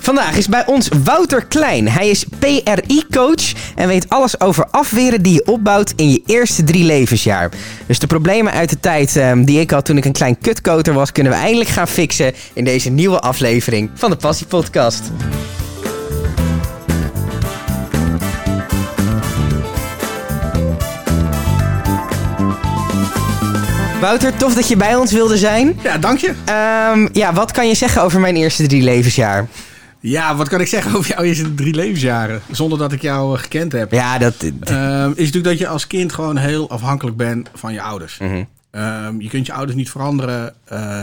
Vandaag is bij ons Wouter Klein. Hij is PRI-coach en weet alles over afweren die je opbouwt in je eerste 3 levensjaar. Dus de problemen uit de tijd die ik had toen ik een klein kutkoter was, kunnen we eindelijk gaan fixen in deze nieuwe aflevering van de Passie Podcast. Wouter, tof dat je bij ons wilde zijn. Ja, dank je. Wat kan je zeggen over mijn eerste 3 levensjaar? Ja, wat kan ik zeggen over jouw eerste 3 levensjaren? Zonder dat ik jou gekend heb. Ja, is natuurlijk dat je als kind gewoon heel afhankelijk bent van je ouders. Mm-hmm. Je kunt je ouders niet veranderen.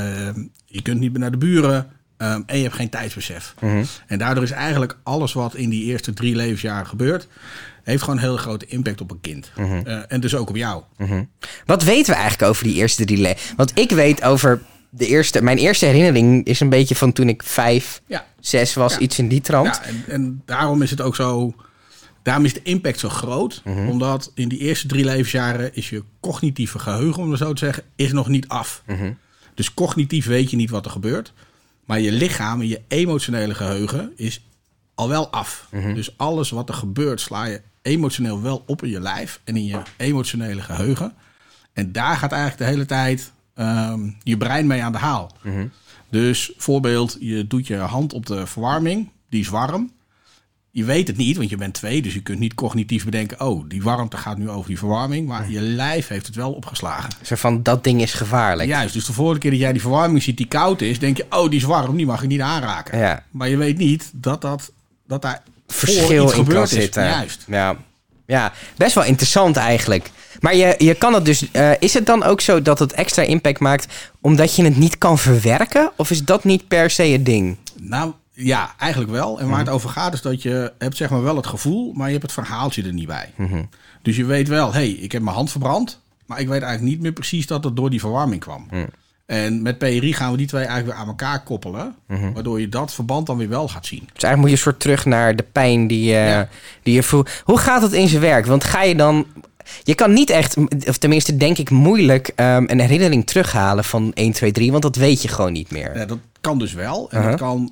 Je kunt niet meer naar de buren. En je hebt geen tijdsbesef. Mm-hmm. En daardoor is eigenlijk alles wat in die eerste 3 levensjaren gebeurt, heeft gewoon een hele grote impact op een kind. Mm-hmm. En dus ook op jou. Mm-hmm. Wat weten we eigenlijk over die eerste 3 levensjaren? Want ik weet over mijn eerste herinnering is een beetje van toen ik 5, 6 was. Ja. Iets in die trant. Ja, en daarom is het ook zo. Daarom is de impact zo groot. Mm-hmm. Omdat in die eerste 3 levensjaren is je cognitieve geheugen, om het zo te zeggen, is nog niet af. Mm-hmm. Dus cognitief weet je niet wat er gebeurt. Maar je lichaam en je emotionele geheugen is al wel af. Mm-hmm. Dus alles wat er gebeurt sla je emotioneel wel op in je lijf en in je emotionele geheugen. En daar gaat eigenlijk de hele tijd je brein mee aan de haal. Mm-hmm. Dus voorbeeld, je doet je hand op de verwarming, die is warm. Je weet het niet, want je bent 2, dus je kunt niet cognitief bedenken, oh, die warmte gaat nu over die verwarming, maar je lijf heeft het wel opgeslagen. Zo van, dat ding is gevaarlijk. Juist, dus de vorige keer dat jij die verwarming ziet die koud is, denk je, oh, die is warm, die mag ik niet aanraken. Ja. Maar je weet niet dat daar verschil iets in gebeurd is. Juist. Ja, best wel interessant eigenlijk. Maar je kan het dus. Is het dan ook zo dat het extra impact maakt omdat je het niet kan verwerken? Of is dat niet per se het ding? Nou ja, eigenlijk wel. En waar het over gaat is dat je hebt zeg maar wel het gevoel, maar je hebt het verhaaltje er niet bij. Mm-hmm. Dus je weet wel, ik heb mijn hand verbrand, maar ik weet eigenlijk niet meer precies dat het door die verwarming kwam. Mm. En met PRI gaan we die 2 eigenlijk weer aan elkaar koppelen. Mm-hmm. Waardoor je dat verband dan weer wel gaat zien. Dus eigenlijk moet je een soort terug naar de pijn die je voelt. Hoe gaat het in zijn werk? Want ga je dan. Je kan niet echt, of tenminste denk ik moeilijk, een herinnering terughalen van 1, 2, 3. Want dat weet je gewoon niet meer. Ja, dat kan dus wel. En dat kan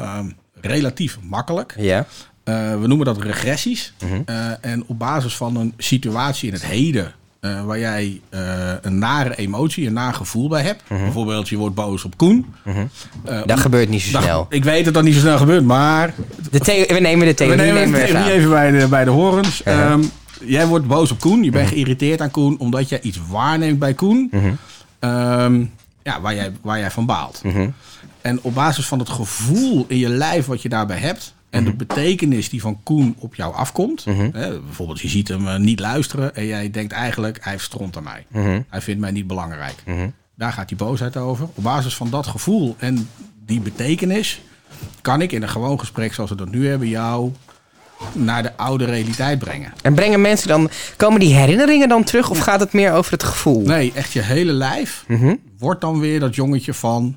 relatief makkelijk. Yeah. We noemen dat regressies. Mm-hmm. En op basis van een situatie in het heden, waar jij een nare emotie, een naar gevoel bij hebt. Mm-hmm. Bijvoorbeeld, je wordt boos op Koen. Mm-hmm. Dat gebeurt niet zo snel. Ik weet dat dat niet zo snel gebeurt, maar we nemen de theorie even bij de horens. Jij wordt boos op Koen. Je bent geïrriteerd aan Koen omdat jij iets waarneemt bij Koen. Mm-hmm. Waar jij van baalt. Mm-hmm. En op basis van het gevoel in je lijf wat je daarbij hebt en de betekenis die van Koen op jou afkomt. Mm-hmm. Bijvoorbeeld, je ziet hem niet luisteren en jij denkt eigenlijk, hij heeft stront aan mij. Mm-hmm. Hij vindt mij niet belangrijk. Mm-hmm. Daar gaat die boosheid over. Op basis van dat gevoel en die betekenis kan ik in een gewoon gesprek zoals we dat nu hebben jou naar de oude realiteit brengen. En komen die herinneringen dan terug of gaat het meer over het gevoel? Nee, echt je hele lijf wordt dan weer dat jongetje van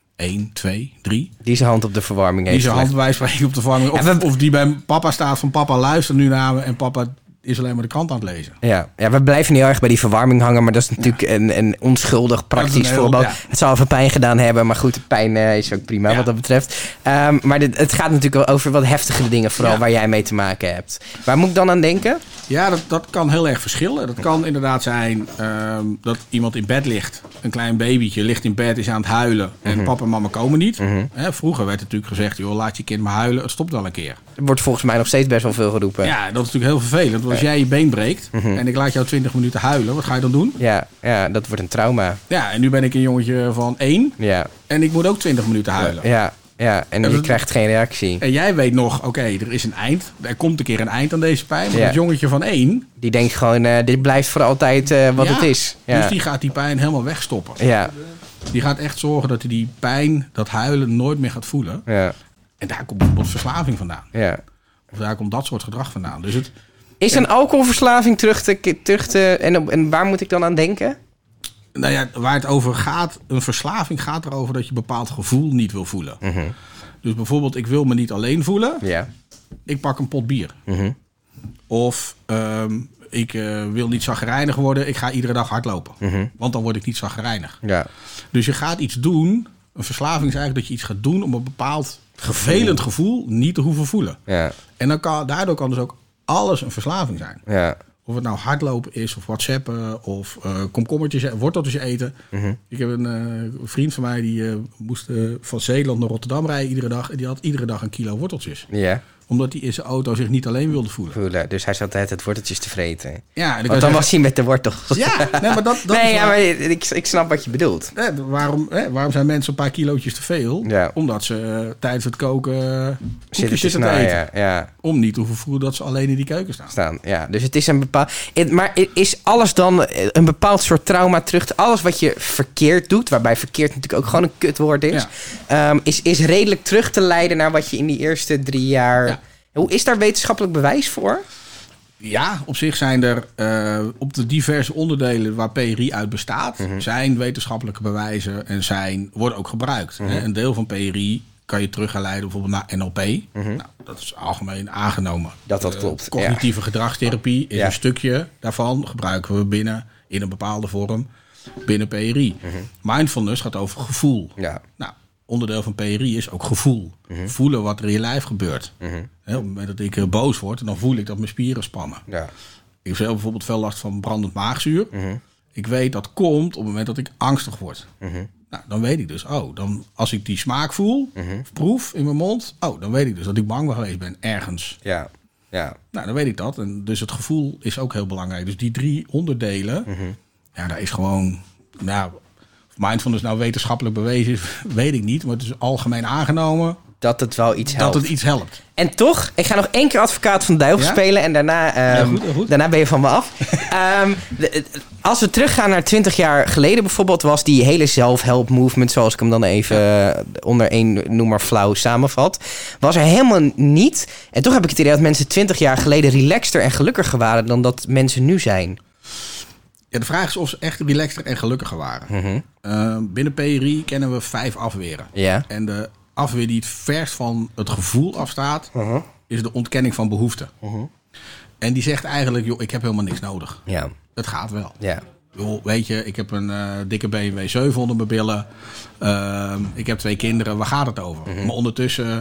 1, 2, 3. Die zijn hand op de verwarming heeft. Die zijn hand bij spreken op de verwarming. Of die bij papa staat van papa luister nu naar me en papa is alleen maar de krant aan het lezen. Ja, we blijven heel erg bij die verwarming hangen, maar dat is natuurlijk een onschuldig praktisch voorbeeld. Ja. Het zal even pijn gedaan hebben, maar goed, de pijn is ook prima wat dat betreft. Maar het gaat natuurlijk wel over wat heftigere dingen, vooral waar jij mee te maken hebt. Waar moet ik dan aan denken? Ja, dat kan heel erg verschillen. Dat kan inderdaad zijn dat iemand in bed ligt. Een klein babytje ligt in bed, is aan het huilen. En papa en mama komen niet. Mm-hmm. Vroeger werd natuurlijk gezegd, joh, laat je kind maar huilen. Het stopt wel een keer. Er wordt volgens mij nog steeds best wel veel geroepen. Ja, dat is natuurlijk heel vervelend. Want als jij je been breekt en ik laat jou 20 minuten huilen, wat ga je dan doen? Ja, dat wordt een trauma. Ja, en nu ben ik een jongetje van 1. Ja. En ik moet ook 20 minuten huilen. Ja, en je krijgt geen reactie. En jij weet nog, oké, er is een eind. Er komt een keer een eind aan deze pijn. Maar het jongetje van 1... Die denkt gewoon, dit blijft voor altijd wat het is. Ja. Dus die gaat die pijn helemaal wegstoppen. Ja. Die gaat echt zorgen dat hij die pijn, dat huilen, nooit meer gaat voelen. Ja. En daar komt bijvoorbeeld verslaving vandaan. Ja. Of daar komt dat soort gedrag vandaan. Dus is een alcoholverslaving terug te en waar moet ik dan aan denken? Nou ja, waar het over gaat, een verslaving gaat erover dat je een bepaald gevoel niet wil voelen. Mm-hmm. Dus bijvoorbeeld, ik wil me niet alleen voelen. Yeah. Ik pak een pot bier. Mm-hmm. Of ik wil niet chagrijnig worden. Ik ga iedere dag hardlopen. Mm-hmm. Want dan word ik niet chagrijnig. Yeah. Dus je gaat iets doen. Een verslaving is eigenlijk dat je iets gaat doen om een bepaald vervelend gevoel niet te hoeven voelen. Ja. En daardoor kan dus ook alles een verslaving zijn. Ja. Of het nou hardlopen is, of whatsappen, of komkommertjes, worteltjes eten. Ik heb een vriend van mij die moest van Zeeland naar Rotterdam rijden iedere dag. En die had iedere dag 1 kilo worteltjes. Ja. Omdat hij in zijn auto zich niet alleen wilde voelen. Dus hij zat het worteltjes te vreten. Ja, Want dan was hij met de wortels. Ja, nee, maar dat nee, is ja, maar ik snap wat je bedoelt. Waarom zijn mensen een paar kilootjes te veel? Ja. Omdat ze tijdens het koken Zitten te eten. Ja. Om niet te hoeven voelen dat ze alleen in die keuken staan. Ja, dus het is een bepaald... Maar is alles dan een bepaald soort trauma terug? Alles wat je verkeerd doet, waarbij verkeerd natuurlijk ook gewoon een kutwoord is... Ja. Is redelijk terug te leiden naar wat je in die eerste 3 jaar... Ja. Hoe is daar wetenschappelijk bewijs voor? Ja, op zich zijn er op de diverse onderdelen waar PRI uit bestaat... zijn wetenschappelijke bewijzen en worden ook gebruikt. Een deel van PRI kan je terug gaan leiden bijvoorbeeld naar NLP. Nou, dat is algemeen aangenomen. Dat klopt. Cognitieve gedragstherapie is een stukje daarvan. Gebruiken we in een bepaalde vorm binnen PRI. Mindfulness gaat over gevoel. Ja. Nou, onderdeel van PRI is ook gevoel. Voelen wat er in je lijf gebeurt. Op het moment dat ik boos word, dan voel ik dat mijn spieren spannen. Ja. Ik heb zelf bijvoorbeeld veel last van brandend maagzuur. Ik weet dat komt op het moment dat ik angstig word. Nou, dan weet ik dus, dan, als ik die smaak voel, of proef in mijn mond... dan weet ik dus dat ik bang geweest ben ergens. Ja. Nou, dan weet ik dat. En dus het gevoel is ook heel belangrijk. Dus die 3 onderdelen, daar is gewoon... Nou, mindfulness nou wetenschappelijk bewezen is, weet ik niet. Maar het is algemeen aangenomen... Dat het wel iets helpt. Dat het iets helpt. En toch, ik ga nog 1 keer advocaat van de duivel spelen... en daarna, goed. Daarna ben je van me af. Als we teruggaan naar 20 jaar geleden bijvoorbeeld... was die hele self-help movement... zoals ik hem dan even onder 1 noem maar flauw samenvat... was er helemaal niet. En toch heb ik het idee dat mensen 20 jaar geleden... relaxter en gelukkiger waren dan dat mensen nu zijn. Ja, de vraag is of ze echt relaxter en gelukkiger waren. Binnen PRI kennen we 5 afweren. Ja. En de afweer die het verst van het gevoel afstaat... is de ontkenning van behoeften. En die zegt eigenlijk, joh, ik heb helemaal niks nodig. Ja. Het gaat wel. Ja. Joh, weet je, ik heb een dikke BMW 7 onder mijn billen. Ik heb 2 kinderen, waar gaat het over? Maar ondertussen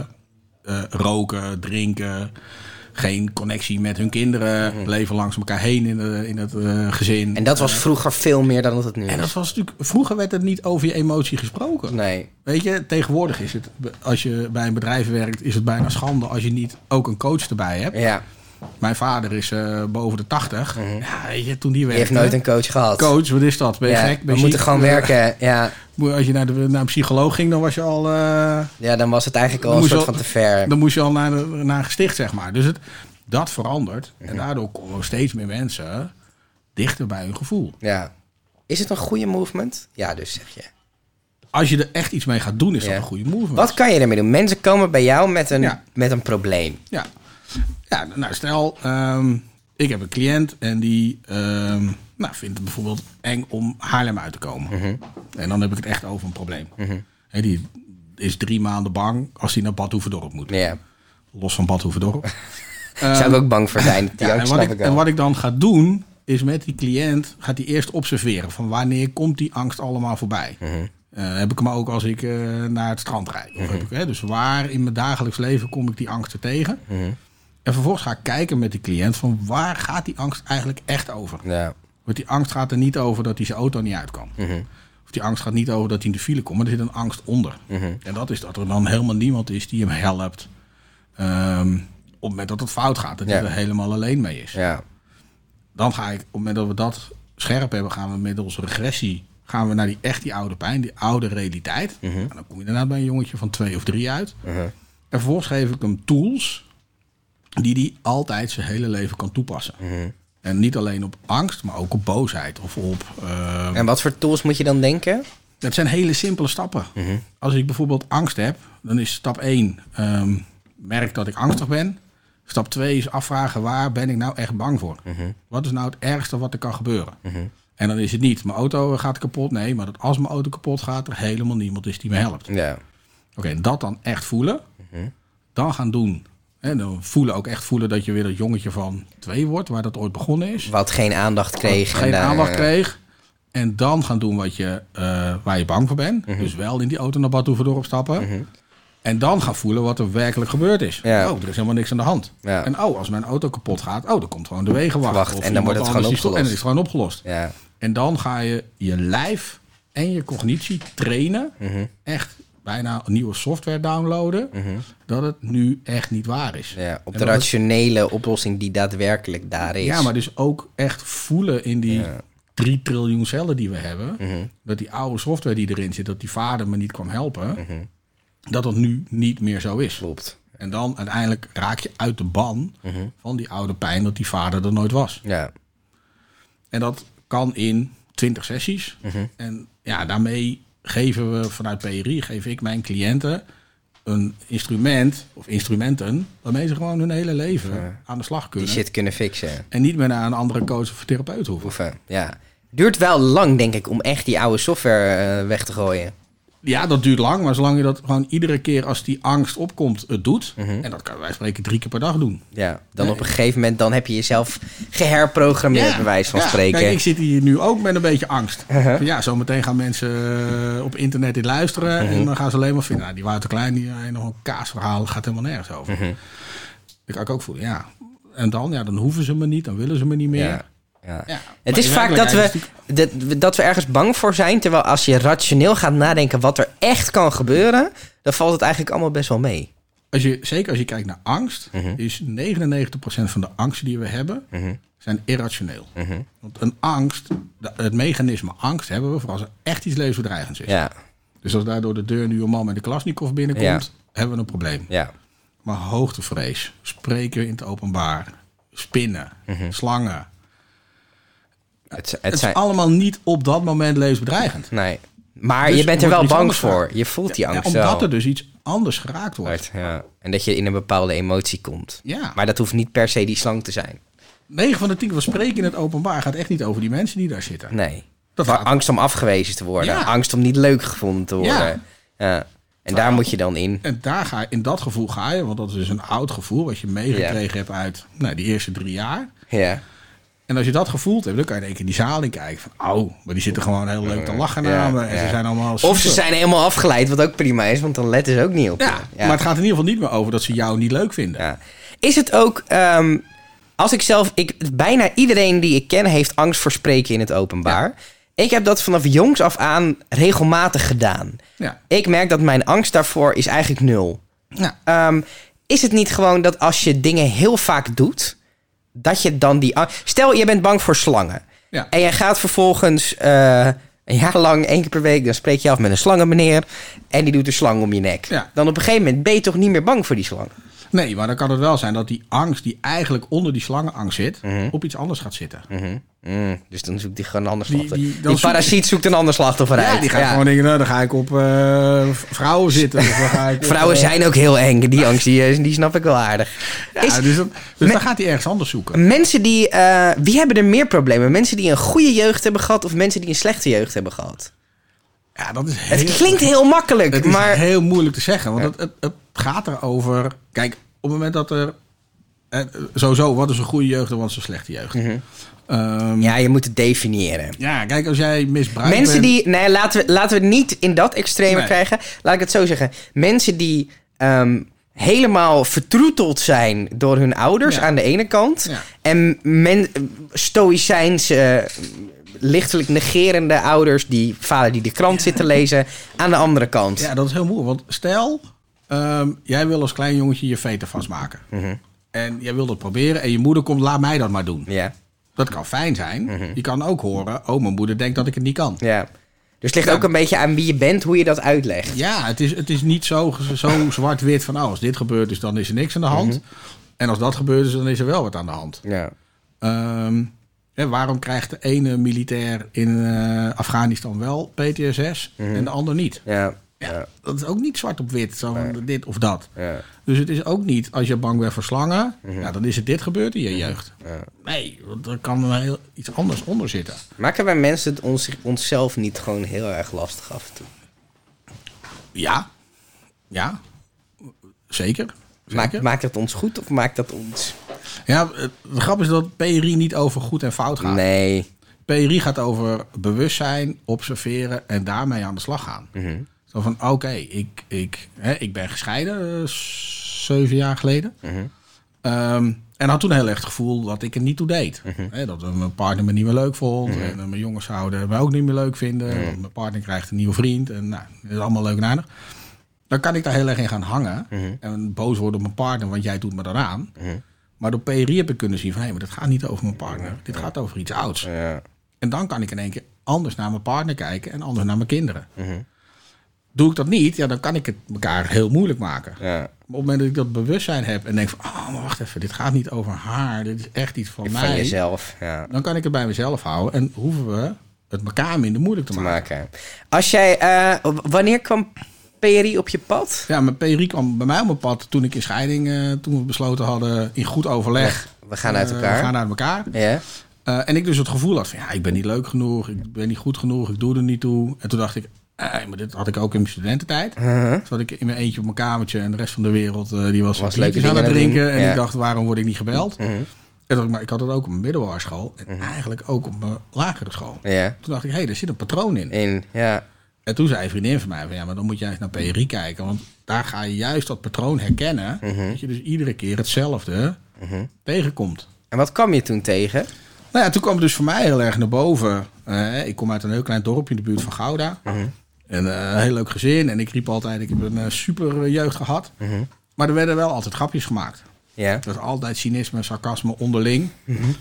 roken, drinken... geen connectie met hun kinderen, leven langs elkaar heen in het gezin. En dat was vroeger veel meer dan het nu is. En dat was natuurlijk, vroeger werd er niet over je emotie gesproken. Nee. Weet je, tegenwoordig is het, als je bij een bedrijf werkt, is het bijna schande als je niet ook een coach erbij hebt. Ja. Mijn vader is boven de 80. Ja, weet je, toen die werkte... Je heeft nooit een coach gehad. Coach, wat is dat? Ben je gek? We moeten gewoon werken, ja. Als je naar een psycholoog ging, dan was je al... ja, dan was het eigenlijk al een soort van te ver. Dan moest je al naar een gesticht, zeg maar. Dus dat verandert. En daardoor komen steeds meer mensen dichter bij hun gevoel. Ja. Is het een goede movement? Ja, dus zeg je. Als je er echt iets mee gaat doen, is dat een goede movement. Wat kan je ermee doen? Mensen komen bij jou met een probleem. Ja. Ja, nou stel, ik heb een cliënt en die vindt het bijvoorbeeld eng om Haarlem uit te komen. En dan heb ik het echt over een probleem. En die is 3 maanden bang als hij naar Bad Hoeverdorp moet. Yeah. Los van Bad Hoeverdorp. Zou ik ook bang voor zijn. En wat ik dan ga doen, is met die cliënt gaat hij eerst observeren van wanneer komt die angst allemaal voorbij. Heb ik hem ook als ik naar het strand rijd. Of heb ik, dus waar in mijn dagelijks leven kom ik die angsten tegen? En vervolgens ga ik kijken met die cliënt van waar gaat die angst eigenlijk echt over? Ja. Want die angst gaat er niet over dat hij zijn auto niet uit kan. Of die angst gaat niet over dat hij in de file komt, maar er zit een angst onder. En dat is dat er dan helemaal niemand is die hem helpt. Op het moment dat het fout gaat, dat hij er helemaal alleen mee is. Ja. Dan ga ik, op het moment dat we dat scherp hebben, gaan we met onze regressie gaan we naar die oude pijn, die oude realiteit. En dan kom je inderdaad bij een jongetje van 2 of 3 uit. En vervolgens geef ik hem tools die altijd zijn hele leven kan toepassen. En niet alleen op angst, maar ook op boosheid. Of op, en wat voor tools moet je dan denken? Dat zijn hele simpele stappen. Als ik bijvoorbeeld angst heb, dan is stap 1... merk dat ik angstig ben. Stap 2 is afvragen, waar ben ik nou echt bang voor? Wat is nou het ergste wat er kan gebeuren? En dan is het niet, mijn auto gaat kapot. Nee, maar dat als mijn auto kapot gaat, er helemaal niemand is die me helpt. Ja. Oké, dat dan echt voelen. Dan gaan doen. En dan ook echt voelen dat je weer dat jongetje van 2 wordt, waar dat ooit begonnen is. Wat geen aandacht kreeg. Aandacht kreeg. En dan gaan doen waar je bang voor bent. Dus wel in die auto naar Bad Hoeverdorp stappen. En dan gaan voelen wat er werkelijk gebeurd is. Ja. Oh, er is helemaal niks aan de hand. Ja. En als mijn auto kapot gaat, dan komt gewoon de wegenwacht. Of en dan wordt het gewoon opgelost. En dan is het gewoon opgelost. Ja. En dan ga je lijf en je cognitie trainen. Echt bijna nieuwe software downloaden. Dat het nu echt niet waar is. Ja, op de rationele oplossing die daadwerkelijk daar is. Ja, maar dus ook echt voelen in die 3 triljoen cellen die we hebben. Dat die oude software die erin zit, dat die vader me niet kwam helpen. Dat nu niet meer zo is. Klopt. En dan uiteindelijk raak je uit de ban van die oude pijn dat die vader er nooit was. Ja. En dat kan in 20 sessies. En ja, daarmee geven we vanuit PRI, geef ik mijn cliënten een instrument of instrumenten waarmee ze gewoon hun hele leven aan de slag kunnen. Die shit kunnen fixen. En niet meer naar een andere coach of therapeut hoeven. Ja. Duurt wel lang, denk ik, om echt die oude software weg te gooien. Ja, dat duurt lang, maar zolang je dat gewoon iedere keer als die angst opkomt, het doet. En dat kan wij spreken 3 keer per dag doen. Ja, dan op een gegeven moment dan heb je jezelf geherprogrammeerd, bij wijze van spreken. Kijk, ik zit hier nu ook met een beetje angst. Ja, zometeen gaan mensen op internet dit luisteren en dan gaan ze alleen maar vinden. Nou, die Wouter Klein, die nog een kaasverhaal, gaat helemaal nergens over. Dat kan ik ook voelen, ja. En dan hoeven ze me niet, dan willen ze me niet meer. Ja. Het is vaak dat we ergens bang voor zijn. Terwijl als je rationeel gaat nadenken wat er echt kan gebeuren, dan valt het eigenlijk allemaal best wel mee. Zeker als je kijkt naar angst, is 99% van de angsten die we hebben, zijn irrationeel. Want een angst, het mechanisme angst hebben we voor als er echt iets levensbedreigends is. Ja. Dus als daar door de deur nu een man met een Kalashnikov binnenkomt, hebben we een probleem. Ja. Maar hoogtevrees, spreken in het openbaar, spinnen, slangen. Het is allemaal niet op dat moment levensbedreigend. Nee. Maar dus je bent er wel bang voor. Je voelt die angst wel. Omdat er dus iets anders geraakt wordt. Ja. En dat je in een bepaalde emotie komt. Ja. Maar dat hoeft niet per se die slang te zijn. 9 van de 10 van spreken in het openbaar gaat echt niet over die mensen die daar zitten. Nee. Angst om afgewezen te worden. Ja. Angst om niet leuk gevonden te worden. Ja. En daar moet je dan in. En in dat gevoel ga je, want dat is dus een oud gevoel wat je meegekregen hebt uit die eerste 3 jaar. Ja. En als je dat gevoeld hebt, dan kan je in één keer die zaal in kijken. Van, maar die zitten gewoon heel leuk te lachen naar me. En ze zijn allemaal super. Of ze zijn helemaal afgeleid, wat ook prima is, want dan letten ze ook niet op. Ja, maar het gaat in ieder geval niet meer over dat ze jou niet leuk vinden. Ja. Is het ook, bijna iedereen die ik ken heeft angst voor spreken in het openbaar. Ja. Ik heb dat vanaf jongs af aan regelmatig gedaan. Ja. Ik merk dat mijn angst daarvoor is eigenlijk 0. Ja. Is het niet gewoon dat als je dingen heel vaak doet, dat je dan Stel, je bent bang voor slangen. Ja. En je gaat vervolgens een jaar lang 1 keer per week, dan spreek je af met een slangenmeneer en die doet een slang om je nek. Ja. Dan op een gegeven moment ben je toch niet meer bang voor die slang? Nee, maar dan kan het wel zijn dat die angst die eigenlijk onder die slangenangst zit, op iets anders gaat zitten. Dus dan zoekt die gewoon een ander slachtoffer. Die parasiet zoekt een ander slachtoffer uit. Die gaat gewoon denken, dan ga ik op vrouwen zitten. Of dan ga ik vrouwen zijn ook heel eng. Die angst, die snap ik wel aardig. Ja, dus dan gaat hij ergens anders zoeken. Mensen wie hebben er meer problemen? Mensen die een goede jeugd hebben gehad of mensen die een slechte jeugd hebben gehad? Ja, dat is het klinkt heel makkelijk. Het is heel moeilijk te zeggen. Want het gaat erover. Kijk, op het moment dat er sowieso, wat is een goede jeugd en wat is een slechte jeugd? Je moet het definiëren. Ja, kijk, als jij misbruikt mensen bent. Nee, laten we het niet in dat extreme krijgen. Laat ik het zo zeggen. Mensen die helemaal vertroeteld zijn door hun ouders aan de ene kant. Ja. En stoïcijnse, lichtelijk negerende ouders, die vader die de krant zit te lezen, aan de andere kant. Ja, dat is heel moeilijk. Want stel, jij wil als klein jongetje je veten vastmaken. En jij wil dat proberen en je moeder komt, laat mij dat maar doen. Ja. Dat kan fijn zijn. Je kan ook horen, mijn moeder denkt dat ik het niet kan. Ja. Dus het ligt ook een beetje aan wie je bent, hoe je dat uitlegt. Ja, het is niet zo zwart-wit van, als dit gebeurt is, dan is er niks aan de hand. En als dat gebeurt is, dan is er wel wat aan de hand. Ja. Waarom krijgt de ene militair in Afghanistan wel PTSS en de ander niet? Ja. Ja, dat is ook niet zwart op wit, dit of dat. Ja. Dus het is ook niet, als je bang bent voor slangen, dan is het dit gebeurd in je jeugd. Ja. Nee, want er kan iets anders onder zitten. Maken wij mensen het onszelf niet gewoon heel erg lastig af en toe? Ja. Zeker. Maakt het ons goed of maakt dat ons? Ja, de grap is dat PRI niet over goed en fout gaat. Nee. PRI gaat over bewustzijn, observeren en daarmee aan de slag gaan. Zo van, oké, ik ben gescheiden 7 jaar geleden. En had toen heel erg het gevoel dat ik er niet toe deed. Dat mijn partner me niet meer leuk vond. En mijn jongens zouden me ook niet meer leuk vinden. Want mijn partner krijgt een nieuwe vriend. En nou, dat is allemaal leuk en aardig. Dan kan ik daar heel erg in gaan hangen. En boos worden op mijn partner, want jij doet me dat aan. Maar door PRI heb ik kunnen zien van... maar dit gaat niet over mijn partner. Dit gaat over iets ouds. Ja. En dan kan ik in één keer anders naar mijn partner kijken... en anders naar mijn kinderen. Doe ik dat niet, dan kan ik het elkaar heel moeilijk maken. Ja. Op het moment dat ik dat bewustzijn heb en denk van... maar wacht even, dit gaat niet over haar. Dit is echt iets van mij. Van jezelf, ja. Dan kan ik het bij mezelf houden. En hoeven we het elkaar minder moeilijk te maken. Als jij... wanneer kwam PRI op je pad? Ja, mijn PRI kwam bij mij op mijn pad toen ik in scheiding... toen we besloten hadden in goed overleg... We gaan uit elkaar. We gaan uit elkaar. Ja. En ik dus het gevoel had van... ik ben niet leuk genoeg. Ik ben niet goed genoeg. Ik doe er niet toe. En toen dacht ik... maar dit had ik ook in mijn studententijd. Toen had ik in mijn eentje op mijn kamertje... en de rest van de wereld die was leuke aan het drinken. En ik dacht, waarom word ik niet gebeld? En dacht ik, maar ik had het ook op mijn middelbare school. En eigenlijk ook op mijn lagere school. Ja. Toen dacht ik, er zit een patroon in. En toen zei een vriendin van mij... van, maar dan moet je eens naar PRI kijken. Want daar ga je juist dat patroon herkennen. Dat je dus iedere keer hetzelfde tegenkomt. En wat kwam je toen tegen? Nou ja, toen kwam het dus voor mij heel erg naar boven. Ik kom uit een heel klein dorpje in de buurt van Gouda. En een heel leuk gezin. En ik riep altijd, ik heb een super jeugd gehad. Maar er werden wel altijd grapjes gemaakt. Het was altijd cynisme, sarcasme onderling.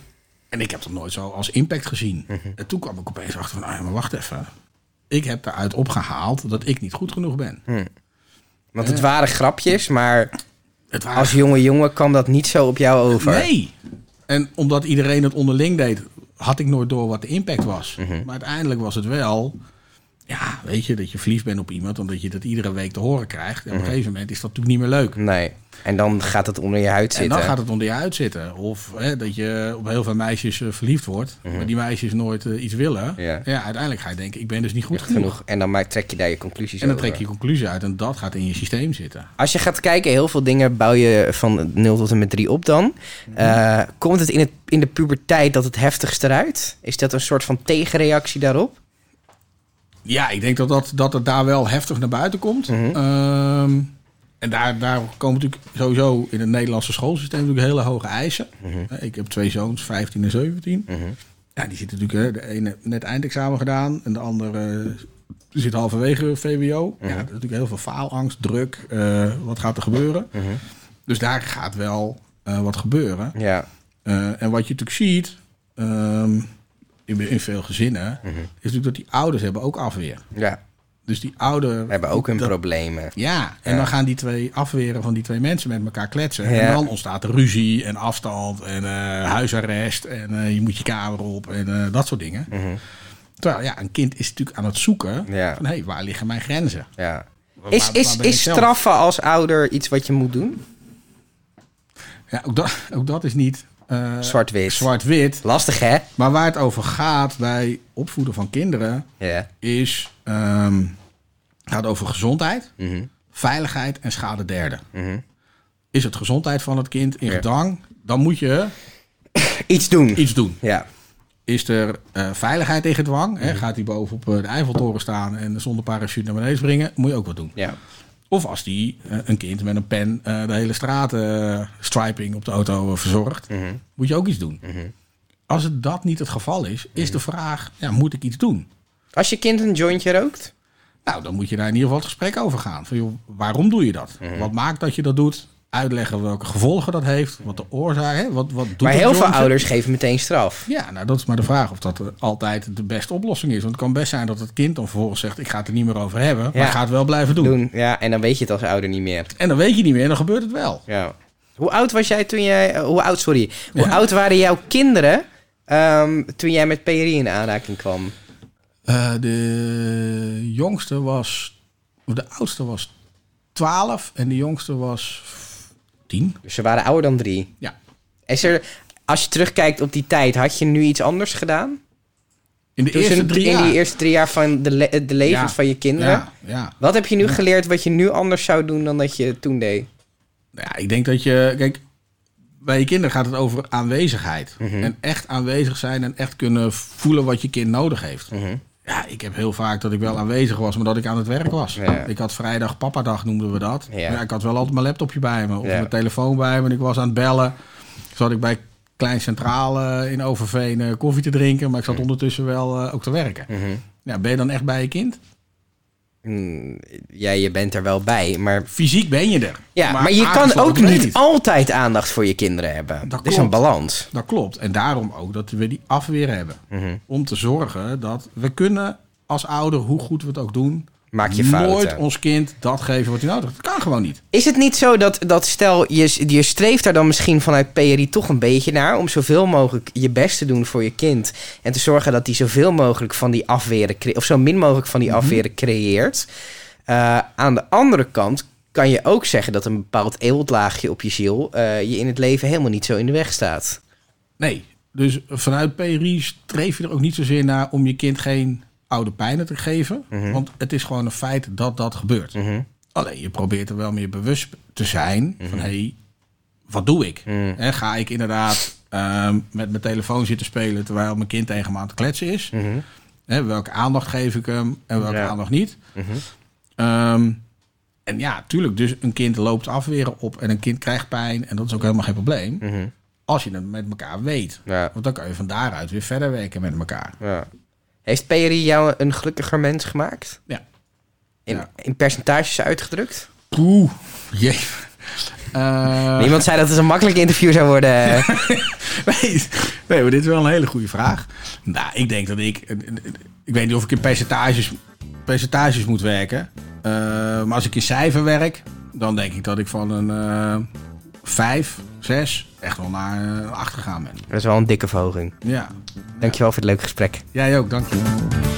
En ik heb dat nooit zo als impact gezien. En toen kwam ik opeens achter van, maar wacht even. Ik heb eruit opgehaald dat ik niet goed genoeg ben. Want het waren grapjes, maar als jonge jongen kwam dat niet zo op jou over. Nee. En omdat iedereen het onderling deed, had ik nooit door wat de impact was. Maar uiteindelijk was het wel... Ja, weet je, dat je verliefd bent op iemand... omdat je dat iedere week te horen krijgt. En op een gegeven moment is dat natuurlijk niet meer leuk. Nee, en dan gaat het onder je huid zitten. En dan gaat het onder je huid zitten. Of dat je op heel veel meisjes verliefd wordt... maar die meisjes nooit iets willen. Ja, uiteindelijk ga je denken, ik ben dus niet goed genoeg. En dan trek je daar je conclusies over. En dan trek je conclusie uit en dat gaat in je systeem zitten. Als je gaat kijken, heel veel dingen bouw je van 0 tot en met 3 op dan. Komt het in de puberteit dat het heftigst eruit? Is dat een soort van tegenreactie daarop? Ja, ik denk dat het daar wel heftig naar buiten komt. En daar komen natuurlijk sowieso in het Nederlandse schoolsysteem natuurlijk hele hoge eisen. Ik heb 2 zoons, 15 en 17. Ja, die zitten natuurlijk, de ene net eindexamen gedaan en de andere zit halverwege VWO. Ja, dat is natuurlijk heel veel faalangst, druk. Wat gaat er gebeuren? Dus daar gaat wel wat gebeuren. Ja. En wat je natuurlijk ziet... in veel gezinnen, is natuurlijk dat die ouders hebben ook afweer. Ja. Dus die ouderen... hebben ook hun problemen. Ja, en dan gaan die 2 afweren van die 2 mensen met elkaar kletsen. En dan ontstaat er ruzie en afstand en huisarrest. En je moet je kamer op en dat soort dingen. Terwijl een kind is natuurlijk aan het zoeken van... waar liggen mijn grenzen? Ja. Is straffen als ouder iets wat je moet doen? Ja, ook dat is niet... zwart-wit. Zwart-wit. Lastig, hè? Maar waar het over gaat bij opvoeden van kinderen... is... gaat over gezondheid, veiligheid en schade derden. Is het gezondheid van het kind in gedrang... dan moet je... Iets doen. Ja. Is er veiligheid in gedwang... gaat hij bovenop de Eiffeltoren staan... en zonder parachute naar beneden springen... moet je ook wat doen. Ja. Of als die een kind met een pen de hele straat striping op de auto verzorgt, moet je ook iets doen. Als het dat niet het geval is de vraag, moet ik iets doen? Als je kind een jointje rookt? Nou, dan moet je daar in ieder geval het gesprek over gaan. Van, joh, waarom doe je dat? Wat maakt dat je dat doet? Uitleggen welke gevolgen dat heeft, wat de oorzaak is. Wat doet maar heel veel ouders geven meteen straf. Ja, nou dat is maar de vraag of dat altijd de beste oplossing is. Want het kan best zijn dat het kind dan vervolgens zegt... ik ga het er niet meer over hebben, maar ga het wel blijven doen. Ja, en dan weet je het als ouder niet meer. En dan weet je niet meer en dan gebeurt het wel. Ja. Hoe oud was jij toen jij... Hoe oud waren jouw kinderen toen jij met PRI in aanraking kwam? De jongste was... De oudste was 12 en de jongste was 10. Dus ze waren ouder dan 3? Ja. Als je terugkijkt op die tijd, had je nu iets anders gedaan? In die eerste 3 jaar van de levens van je kinderen? Ja. Wat heb je nu geleerd wat je nu anders zou doen dan dat je toen deed? Nou ja, ik denk dat je... Kijk, bij je kinderen gaat het over aanwezigheid. En echt aanwezig zijn en echt kunnen voelen wat je kind nodig heeft. Ja, ik heb heel vaak dat ik wel aanwezig was, maar dat ik aan het werk was. Ja. Ik had vrijdag papadag, noemden we dat. Ja. Ja, ik had wel altijd mijn laptopje bij me. Of Ja. mijn telefoon bij me. En ik was aan het bellen. Zat ik bij Klein Centraal in Overveen koffie te drinken. Maar ik zat ondertussen wel ook te werken. Ja, ben je dan echt bij je kind? Ja, je bent er wel bij, maar... Fysiek ben je er. Ja, maar je kan aangesloten ook ben je niet altijd aandacht voor je kinderen hebben. Dat Het is klopt. een balans. Dat klopt. En daarom ook dat we die afweer hebben. Om te zorgen dat we kunnen als ouder, hoe goed we het ook doen... Maak je fouten. nooit ons kind dat geven wat hij nodig heeft. Dat kan gewoon niet. Is het niet zo dat stel, je streeft daar dan misschien vanuit PRI toch een beetje naar... om zoveel mogelijk je best te doen voor je kind... en te zorgen dat hij zoveel mogelijk van die afweren... of zo min mogelijk van die afweren creëert. Aan de andere kant kan je ook zeggen... dat een bepaald eeuwlaagje op je ziel... je in het leven helemaal niet zo in de weg staat. Nee. Dus vanuit PRI streef je er ook niet zozeer naar... om je kind geen oude pijnen te geven. Want het is gewoon een feit dat dat gebeurt. Alleen je probeert er wel meer bewust te zijn... van hé, wat doe ik? En ga ik inderdaad met mijn telefoon zitten spelen... terwijl mijn kind tegen me aan het kletsen is? Welke aandacht geef ik hem en welke aandacht niet? En ja, tuurlijk, dus een kind loopt afweren op... en een kind krijgt pijn en dat is ook helemaal geen probleem... als je het met elkaar weet. Ja. Want dan kan je van daaruit weer verder werken met elkaar. Ja. Heeft PRI jou een gelukkiger mens gemaakt? Ja. In percentages uitgedrukt? Poeh, jee. Niemand zei dat het een makkelijk interview zou worden. Nee, maar dit is wel een hele goede vraag. Nou, ik denk dat ik weet niet of ik in percentages moet werken. Maar als ik in cijfer werk, dan denk ik dat ik van een 5, 6 echt wel naar 8 gegaan ben. Dat is wel een dikke verhoging. Ja. Dankjewel voor het leuke gesprek. Jij ook, dank je.